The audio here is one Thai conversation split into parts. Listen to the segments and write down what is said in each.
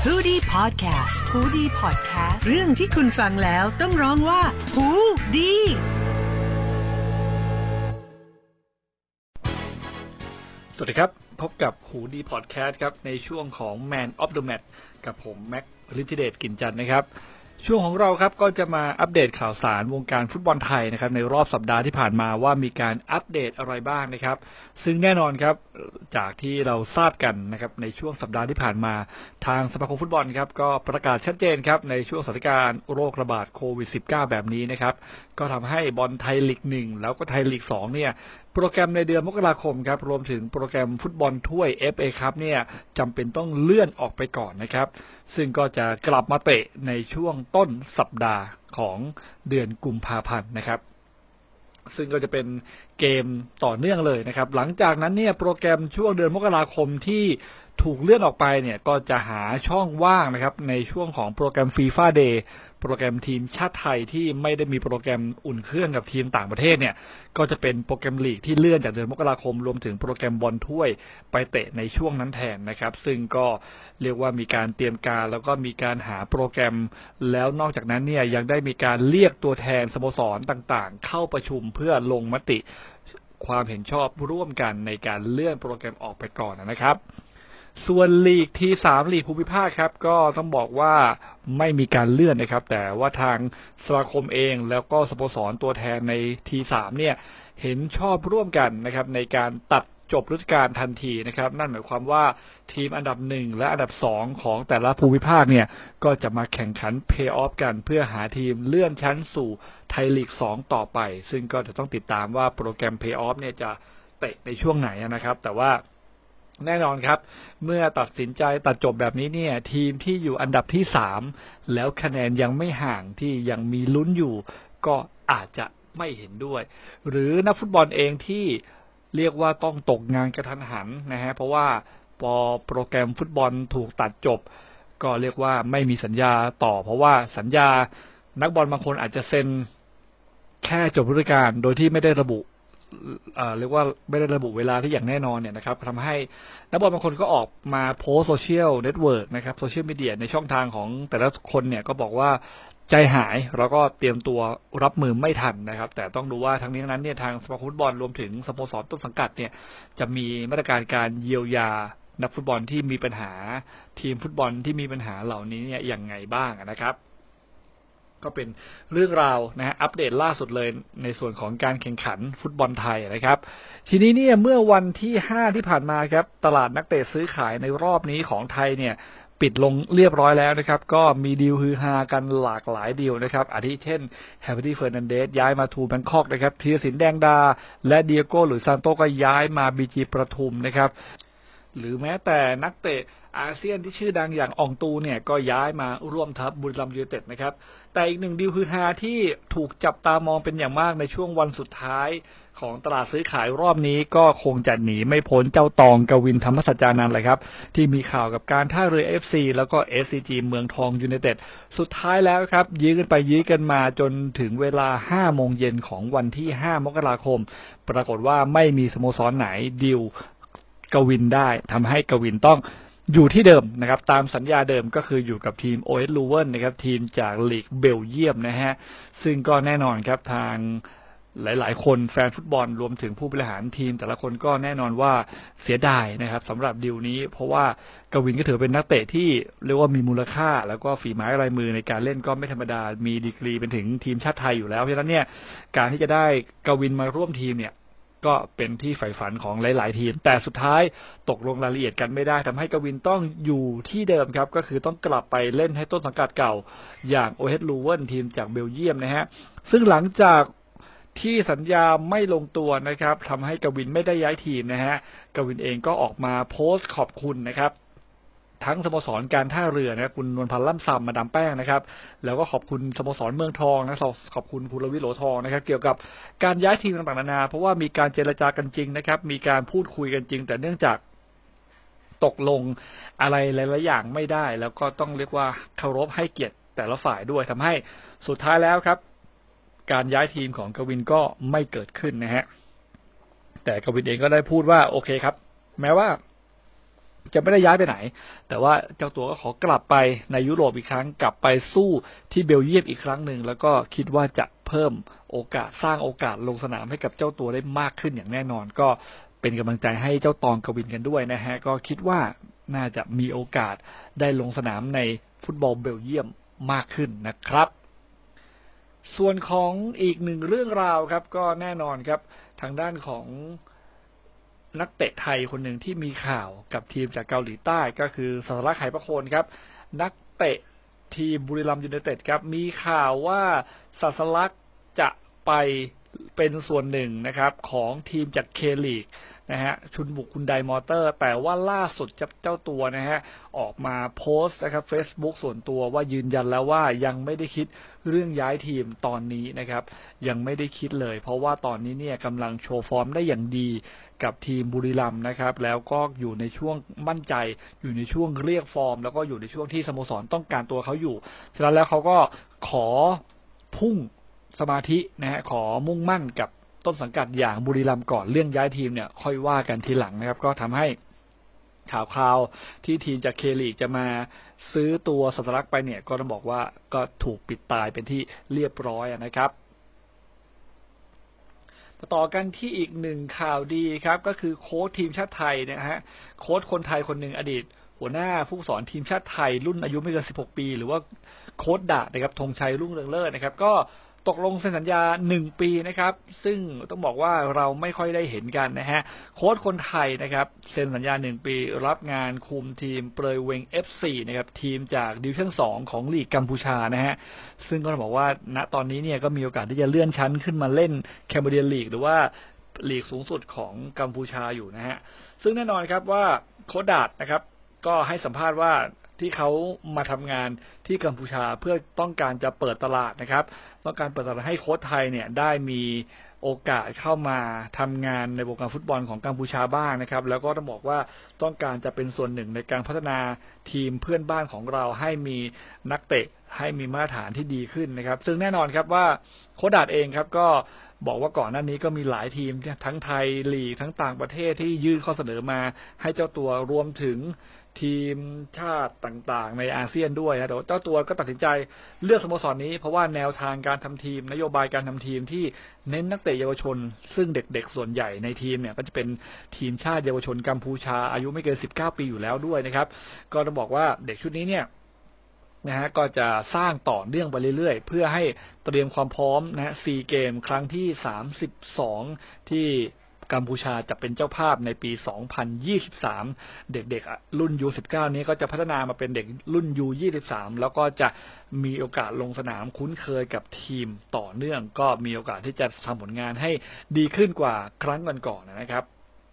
ฮูดี้พอดแคสต์ฮูดี้พอดแคสต์เรื่องที่คุณฟังแล้วต้องร้องว่าฮูดีสวัสดีครับพบกับฮูดี้พอดแคสต์ครับในช่วงของ Man of the Match กับผมแม็กฤทธิเดชกลิ่นจันทร์นะครับช่วงของเราครับก็จะมาอัปเดตข่าวสารวงการฟุตบอลไทยนะครับในรอบสัปดาห์ที่ผ่านมาว่ามีการอัปเดตอะไรบ้างนะครับซึ่งแน่นอนครับจากที่เราทราบกันนะครับในช่วงสัปดาห์ที่ผ่านมาทางสมาคมฟุตบอลครับก็ประกาศชัดเจนครับในช่วงสถานการณ์โรคระบาดโควิด -19 แบบนี้นะครับก็ทำให้บอลไทยลีก1แล้วก็ไทยลีก2เนี่ยโปรแกรมในเดือนมกราคมครับรวมถึงโปรแกรมฟุตบอลถ้วย FA คัพเนี่ยจำเป็นต้องเลื่อนออกไปก่อนนะครับซึ่งก็จะกลับมาเตะในช่วงต้นสัปดาห์ของเดือนกุมภาพันธ์นะครับซึ่งก็จะเป็นเกมต่อเนื่องเลยนะครับหลังจากนั้นเนี่ยโปรแกรมช่วงเดือนมกราคมที่ถูกเลื่อนออกไปเนี่ยก็จะหาช่องว่างนะครับในช่วงของโปรแกรม FIFA Day โปรแกรมทีมชาติไทยที่ไม่ได้มีโปรแกรมอุ่นเครื่องกับทีมต่างประเทศเนี่ยก็จะเป็นโปรแกรมลีกที่เลื่อนจากเดือนมกราคมรวมถึงโปรแกรมบอลถ้วยไปเตะในช่วงนั้นแทนนะครับซึ่งก็เรียกว่ามีการเตรียมการแล้วก็มีการหาโปรแกรมแล้วนอกจากนั้นเนี่ยยังได้มีการเรียกตัวแทนสโมสรต่างๆเข้าประชุมเพื่อลงมติความเห็นชอบร่วมกันในการเลื่อนโปรแกรมออกไปก่อนนะครับส่วนลีกที่3ลีกภูมิภาคครับก็ต้องบอกว่าไม่มีการเลื่อนนะครับแต่ว่าทางสมาคมเองแล้วก็สโมสรตัวแทนในที3เนี่ยเห็นชอบร่วมกันนะครับในการตัดจบฤดูกาลทันทีนะครับนั่นหมายความว่าทีมอันดับ1และอันดับ2ของแต่ละภูมิภาคเนี่ยก็จะมาแข่งขันเพลย์ออฟกันเพื่อหาทีมเลื่อนชั้นสู่ไทยลีก2ต่อไปซึ่งก็จะต้องติดตามว่าโปรแกรมเพลย์ออฟเนี่ยจะเตะในช่วงไหนนะครับแต่ว่าแน่นอนครับเมื่อตัดสินใจตัดจบแบบนี้เนี่ยทีมที่อยู่อันดับที่3แล้วคะแนนยังไม่ห่างที่ยังมีลุ้นอยู่ก็อาจจะไม่เห็นด้วยหรือนักฟุตบอลเองที่เรียกว่าต้องตกงานกระทันหันนะฮะเพราะว่าพอโปรแกรมฟุตบอลถูกตัดจบก็เรียกว่าไม่มีสัญญาต่อเพราะว่าสัญญานักบอลบางคนอาจจะเซ็นแค่จบฤดูกาลโดยที่ไม่ได้ระบุเรียกว่าไม่ได้ระบุเวลาที่อย่างแน่นอนเนี่ยนะครับทำให้นักบอลบางคนก็ออกมาโพสโซเชียลเน็ตเวิร์กนะครับโซเชียลมีเดียในช่องทางของแต่ละคนเนี่ยก็บอกว่าใจหายแล้วก็เตรียมตัวรับมือไม่ทันนะครับแต่ต้องดูว่าทั้งนี้ทั้งนั้นเนี่ยทางสมาคมฟุตบอลรวมถึงสโมสรต้นสังกัดเนี่ยจะมีมาตรการการเยียวยานักฟุตบอลที่มีปัญหาทีมฟุตบอลที่มีปัญหาเหล่านี้เนี่ยอย่างไงบ้างนะครับก็เป็นเรื่องราวนะฮะอัปเดตล่าสุดเลยในส่วนของการแข่งขันฟุตบอลไทยนะครับทีนี้เนี่ยเมื่อวันที่5ที่ผ่านมาครับตลาดนักเตะซื้อขายในรอบนี้ของไทยเนี่ยปิดลงเรียบร้อยแล้วนะครับก็มีดีลฮือฮากันหลากหลายดีลนะครับอาทิเช่นแฮร์รี่เฟอร์นันเดสย้ายมาทูแบงคอกนะครับธีรศิลป์แดงดาและเดียโก้หรือซานโตก็ย้ายมาบีจีประทุมนะครับหรือแม้แต่นักเตะอาเซียนที่ชื่อดังอย่างอองตูเนี่ยก็ย้ายมาร่วมทัพบุรีรัมย์ยูไนเต็ดนะครับแต่อีกหนึ่งดีลคือฮาที่ถูกจับตามองเป็นอย่างมากในช่วงวันสุดท้ายของตลาดซื้อขายรอบนี้ก็คงจะหนีไม่พ้นเจ้าตองกวินธรรมสัจจานันท์เลยครับที่มีข่าวกับการท่าเรือ FC แล้วก็ SCG เมืองทองยูไนเต็ดสุดท้ายแล้วครับยื้อกันไปยื้อกันมาจนถึงเวลา 5 โมงเย็นของวันที่ 5 มกราคมปรากฏว่าไม่มีสโมสรไหนดีลกวินได้ทำให้กวินต้องอยู่ที่เดิมนะครับตามสัญญาเดิมก็คืออยู่กับทีม OS Leuven นะครับทีมจากลีกเบลเยียมนะฮะซึ่งก็แน่นอนครับทางหลายๆคนแฟนฟุตบอลรวมถึงผู้บริหารทีมแต่ละคนก็แน่นอนว่าเสียดายนะครับสำหรับดีลนี้เพราะว่ากวินก็ถือเป็นนักเตะที่เรียกว่ามีมูลค่าแล้วก็ฝีไม้ลายมือในการเล่นก็ไม่ธรรมดามีดีกรีเป็นถึงทีมชาติไทยอยู่แล้วเพราะฉะนั้นเนี่ยการที่จะได้กวินมาร่วมทีมเนี่ยก็เป็นที่ใฝ่ฝันของหลายๆทีมแต่สุดท้ายตกลงรายละเอียดกันไม่ได้ทำให้กวินต้องอยู่ที่เดิมครับก็คือต้องกลับไปเล่นให้ต้นสังกัดเก่าอย่าง OS Leuven ทีมจากเบลเยียมนะฮะซึ่งหลังจากที่สัญญาไม่ลงตัวนะครับทำให้กวินไม่ได้ย้ายทีมนะฮะกวินเองก็ออกมาโพสต์ขอบคุณนะครับทั้งสโมสรการท่าเรือนะคุณนวลพันธ์ล่ำซำมาดามแป้งนะครับแล้วก็ขอบคุณสโมสรเมืองทองนะขอบคุณภูรวิทย์โหลทองนะครับเกี่ยวกับการย้ายทีมต่างๆนานาเพราะว่ามีการเจรจากันจริงนะครับมีการพูดคุยกันจริงแต่เนื่องจากตกลงอะไรหลายๆอย่างไม่ได้แล้วก็ต้องเรียกว่าเคารพให้เกียรติแต่ละฝ่ายด้วยทำให้สุดท้ายแล้วครับการย้ายทีมของกวินก็ไม่เกิดขึ้นนะฮะแต่กวินเองก็ได้พูดว่าโอเคครับแม้ว่าจะไม่ได้ย้ายไปไหนแต่ว่าเจ้าตัวก็ขอกลับไปในยุโรปอีกครั้งกลับไปสู้ที่เบลเยียมอีกครั้งหนึ่งแล้วก็คิดว่าจะเพิ่มโอกาสสร้างโอกาสลงสนามให้กับเจ้าตัวได้มากขึ้นอย่างแน่นอนก็เป็นกำลังใจให้เจ้าตองกวินกันด้วยนะฮะก็คิดว่าน่าจะมีโอกาสได้ลงสนามในฟุตบอลเบลเยียมมากขึ้นนะครับส่วนของอีกหนึ่งเรื่องราวครับก็แน่นอนครับทางด้านของนักเตะไทยคนหนึ่งที่มีข่าวกับทีมจากเกาหลีใต้ก็คือศาสลักษ์ ไหประโคนครับนักเตะทีมบุรีรัมย์ยูไนเต็ดครับมีข่าวว่าศาสลักษ์จะไปเป็นส่วนหนึ่งนะครับของทีมจากเคลีกนะฮะชุนบุกคุณไดมอเตอร์แต่ว่าล่าสุดเจ้าตัวนะฮะออกมาโพสต์นะครับ Facebook ส่วนตัวว่ายืนยันแล้วว่ายังไม่ได้คิดเรื่องย้ายทีมตอนนี้นะครับยังไม่ได้คิดเลยเพราะว่าตอนนี้เนี่ยกำลังโชว์ฟอร์มได้อย่างดีกับทีมบุรีรัมย์นะครับแล้วก็อยู่ในช่วงมั่นใจอยู่ในช่วงเรียกฟอร์มแล้วก็อยู่ในช่วงที่สโมสรต้องการตัวเขาอยู่ฉะนั้นแล้วเขาก็ขอพุ่งสมาธินะฮะขอมุ่งมั่นกับต้นสังกัดอย่างบุรีรัมย์ก่อนเรื่องย้ายทีมเนี่ยค่อยว่ากันทีหลังนะครับก็ทำให้ข่าวที่ทีมจากเคลีกจะมาซื้อตัวศาสลักษ์ไปเนี่ยก็ต้องบอกว่าก็ถูกปิดตายเป็นที่เรียบร้อยนะครับต่อกันที่อีกหนึ่งข่าวดีครับก็คือโค้ชทีมชาติไทยนะฮะโค้ชคนไทยคนหนึ่งอดีตหัวหน้าผู้สอนทีมชาติไทยรุ่นอายุไม่เกิน16ปีหรือว่าโค้ชดะนะครับธงชัยรุ่งเรืองเลิศนะครับก็ตกลงเซ็นสัญญา1ปีนะครับซึ่งต้องบอกว่าเราไม่ค่อยได้เห็นกันนะฮะโค้ชคนไทยนะครับเซ็นสัญญา1ปีรับงานคุมทีมเปรยเวง FC นะครับทีมจากดิวิชั่น2ของลีกกัมพูชานะฮะซึ่งก็ต้องบอกว่าณตอนนี้เนี่ยก็มีโอกาสที่จะเลื่อนชั้นขึ้นมาเล่นแคมเบเดียนลีกหรือว่าลีกสูงสุดของกัมพูชาอยู่นะฮะซึ่งแน่นอนครับว่าโค้ชดาดนะครับก็ให้สัมภาษณ์ว่าที่เขามาทำงานที่กัมพูชาเพื่อต้องการจะเปิดตลาดนะครับต้องการเปิดตลาดให้โค้ชไทยเนี่ยได้มีโอกาสเข้ามาทำงานในวงการฟุตบอลของกัมพูชาบ้างนะครับแล้วก็ต้องบอกว่าต้องการจะเป็นส่วนหนึ่งในการพัฒนาทีมเพื่อนบ้านของเราให้มีนักเตะให้มีมาตรฐานที่ดีขึ้นนะครับซึ่งแน่นอนครับว่าโค้ชดาดเองครับก็บอกว่าก่อนหน้านี้ก็มีหลายทีมทั้งไทยลีกทั้งต่างประเทศที่ยื่นข้อเสนอมาให้เจ้าตัวรวมถึงทีมชาติต่างๆในอาเซียนด้วยนะแต่เจ้าตัวก็ตัดสินใจเลือกสโมสรนี้เพราะว่าแนวทางการทำทีมนโยบายการทำทีมที่เน้นนักเตะเยาวชนซึ่งเด็กๆส่วนใหญ่ในทีมเนี่ยก็จะเป็นทีมชาติเยาวชนกัมพูชาอายุไม่เกิน19ปีอยู่แล้วด้วยนะครับก็ต้องบอกว่าเด็กชุดนี้เนี่ยนะฮะก็จะสร้างต่อเนื่องไปเรื่อยๆเพื่อให้เตรียมความพร้อมนะฮะซีเกมครั้งที่32ที่กัมพูชาจะเป็นเจ้าภาพในปี2023เด็กๆรุ่น U19 นี้ก็จะพัฒนามาเป็นเด็กรุ่น U23 แล้วก็จะมีโอกาสลงสนามคุ้นเคยกับทีมต่อเนื่องก็มีโอกาสที่จะทำผลงานให้ดีขึ้นกว่าครั้งก่อนๆนะครับ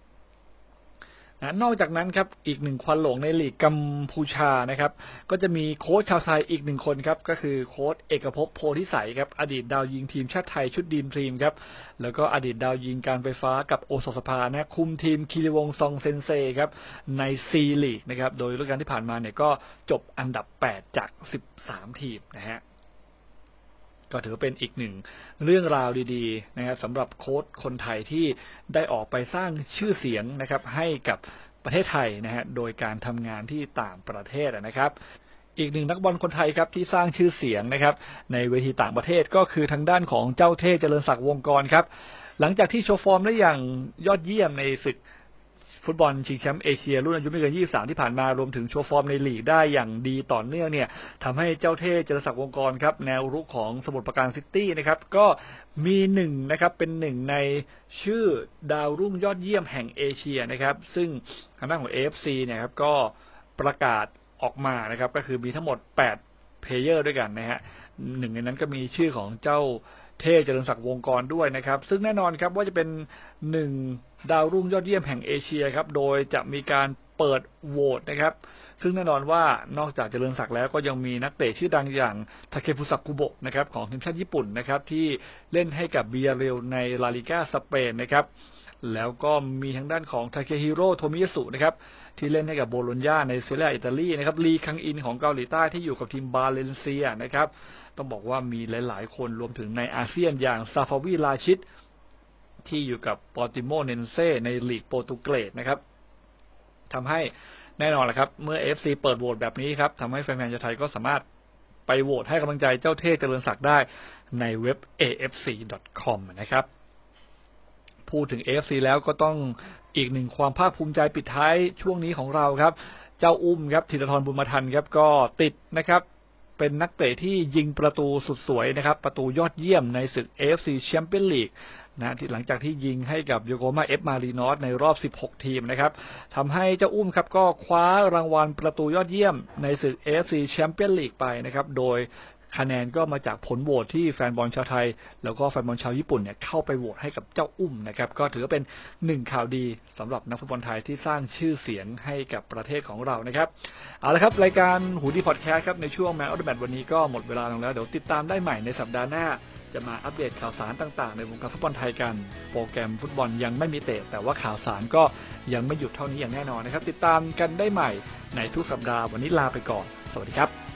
นอกจากนั้นครับอีกหนึ่งควันหลงในลีกกัมพูชานะครับก็จะมีโค้ชชาวไทยอีกหนึ่งคนครับก็คือโค้ชเอกภพโพธิสัยครับอดีตดาวยิงทีมชาติไทยชุดดีมทีมครับแล้วก็อดีตดาวยิงการไฟฟ้ากับโอสถสภานะคุมทีมคีรีวงซองเซนเซครับในซีลีกนะครับโดยฤดูกาลที่ผ่านมาเนี่ยก็จบอันดับ8จาก13ทีมนะฮะก็ถือเป็นอีกหนึ่งเรื่องราวดีๆนะครับสำหรับโค้ชคนไทยที่ได้ออกไปสร้างชื่อเสียงนะครับให้กับประเทศไทยนะฮะโดยการทำงานที่ต่างประเทศนะครับอีกหนึ่งนักบอลคนไทยครับที่สร้างชื่อเสียงนะครับในเวทีต่างประเทศก็คือทางด้านของเจ้าเท่เจริญศักดิ์วงกรครับหลังจากที่โชว์ฟอร์มได้อย่างยอดเยี่ยมในศึกฟุตบอลชิงแชมป์เอเชียรุ่นอายุไม่เกิน23ที่ผ่านมารวมถึงโชว์ฟอร์มในลีกได้อย่างดีต่อเนื่องเนี่ยทำให้เจ้าเท่เจริญศักดิ์วงกรครับแนวรุกของสมุทรปราการซิตี้นะครับก็มี1นะครับเป็น1ในชื่อดาวรุ่งยอดเยี่ยมแห่งเอเชียนะครับซึ่งทางด้านของ AFC เนี่ยครับก็ประกาศออกมานะครับก็คือมีทั้งหมด8เพลเยอร์ด้วยกันนะฮะหนึ่งในนั้นก็มีชื่อของเจ้าเท่เจริญศักดิ์วงกรด้วยนะครับซึ่งแน่นอนครับว่าจะเป็น1ดาวรุ่งยอดเยี่ยมแห่งเอเชียครับโดยจะมีการเปิดโหวตนะครับซึ่งแน่นอนว่านอกจากเจริญศักดิ์แล้วก็ยังมีนักเตะชื่อดังอย่างทาเคฟุสะกุโบะนะครับของทีมชาติญี่ปุ่นนะครับที่เล่นให้กับเบียเรลในลาลิก้าสเปนนะครับแล้วก็มีทางด้านของทาเคฮิโร่โทมิยาสุนะครับที่เล่นให้กับโบโลญญาในเซเรียอิตาลีนะครับลีคังอินของเกาหลีใต้ที่อยู่กับทีมบาเลนเซียนะครับต้องบอกว่ามีหลายๆคนรวมถึงในอาเซียนอย่างซาฟาวีลาชิดที่อยู่กับปอร์ติโมเนนเซ่ในลีกโปรตุเกสนะครับทำให้แน่นอนแหละครับเมื่อ AFC เปิดโหวตแบบนี้ครับทำให้แฟนๆชาวไทยก็สามารถไปโหวตให้กำลังใจเจ้าเท่เจริญศักดิ์ได้ในเว็บ afc.com นะครับพูดถึง AFC แล้วก็ต้องอีกหนึ่งความภาคภูมิใจปิดท้ายช่วงนี้ของเราครับเจ้าอุ้มครับธีรทรบุญมาทันครับก็ติดนะครับเป็นนักเตะที่ยิงประตูสุดสวยนะครับประตูยอดเยี่ยมในศึก AFC Champions League นะที่หลังจากที่ยิงให้กับโยโกฮาม่าเอฟมารีนอสในรอบ16ทีมนะครับทำให้เจ้าอุ้มครับก็คว้ารางวัลประตูยอดเยี่ยมในศึก AFC Champions League ไปนะครับโดยคะแนนก็มาจากผลโหวตที่แฟนบอลชาวไทยแล้วก็แฟนบอลชาวญี่ปุ่นเนี่ยเข้าไปโหวตให้กับเจ้าอุ้มนะครับก็ถือว่าเป็น1ข่าวดีสำหรับนักฟุตบอลไทยที่สร้างชื่อเสียงให้กับประเทศของเรานะครับเอาละครับรายการหูดีพอดแคสต์ครับในช่วง Man of the Match วันนี้ก็หมดเวลาลงแล้วเดี๋ยวติดตามได้ใหม่ในสัปดาห์หน้าจะมาอัปเดตข่าวสารต่างๆในวงการฟุตบอลไทยกันโปรแกรมฟุตบอลยังไม่มีเตะแต่ว่าข่าวสารก็ยังไม่หยุดเท่านี้อย่างแน่นอนนะครับติดตามกันได้ใหม่ในทุกสัปดาห์วันนี้ลาไปก่อนสวัสดีครับ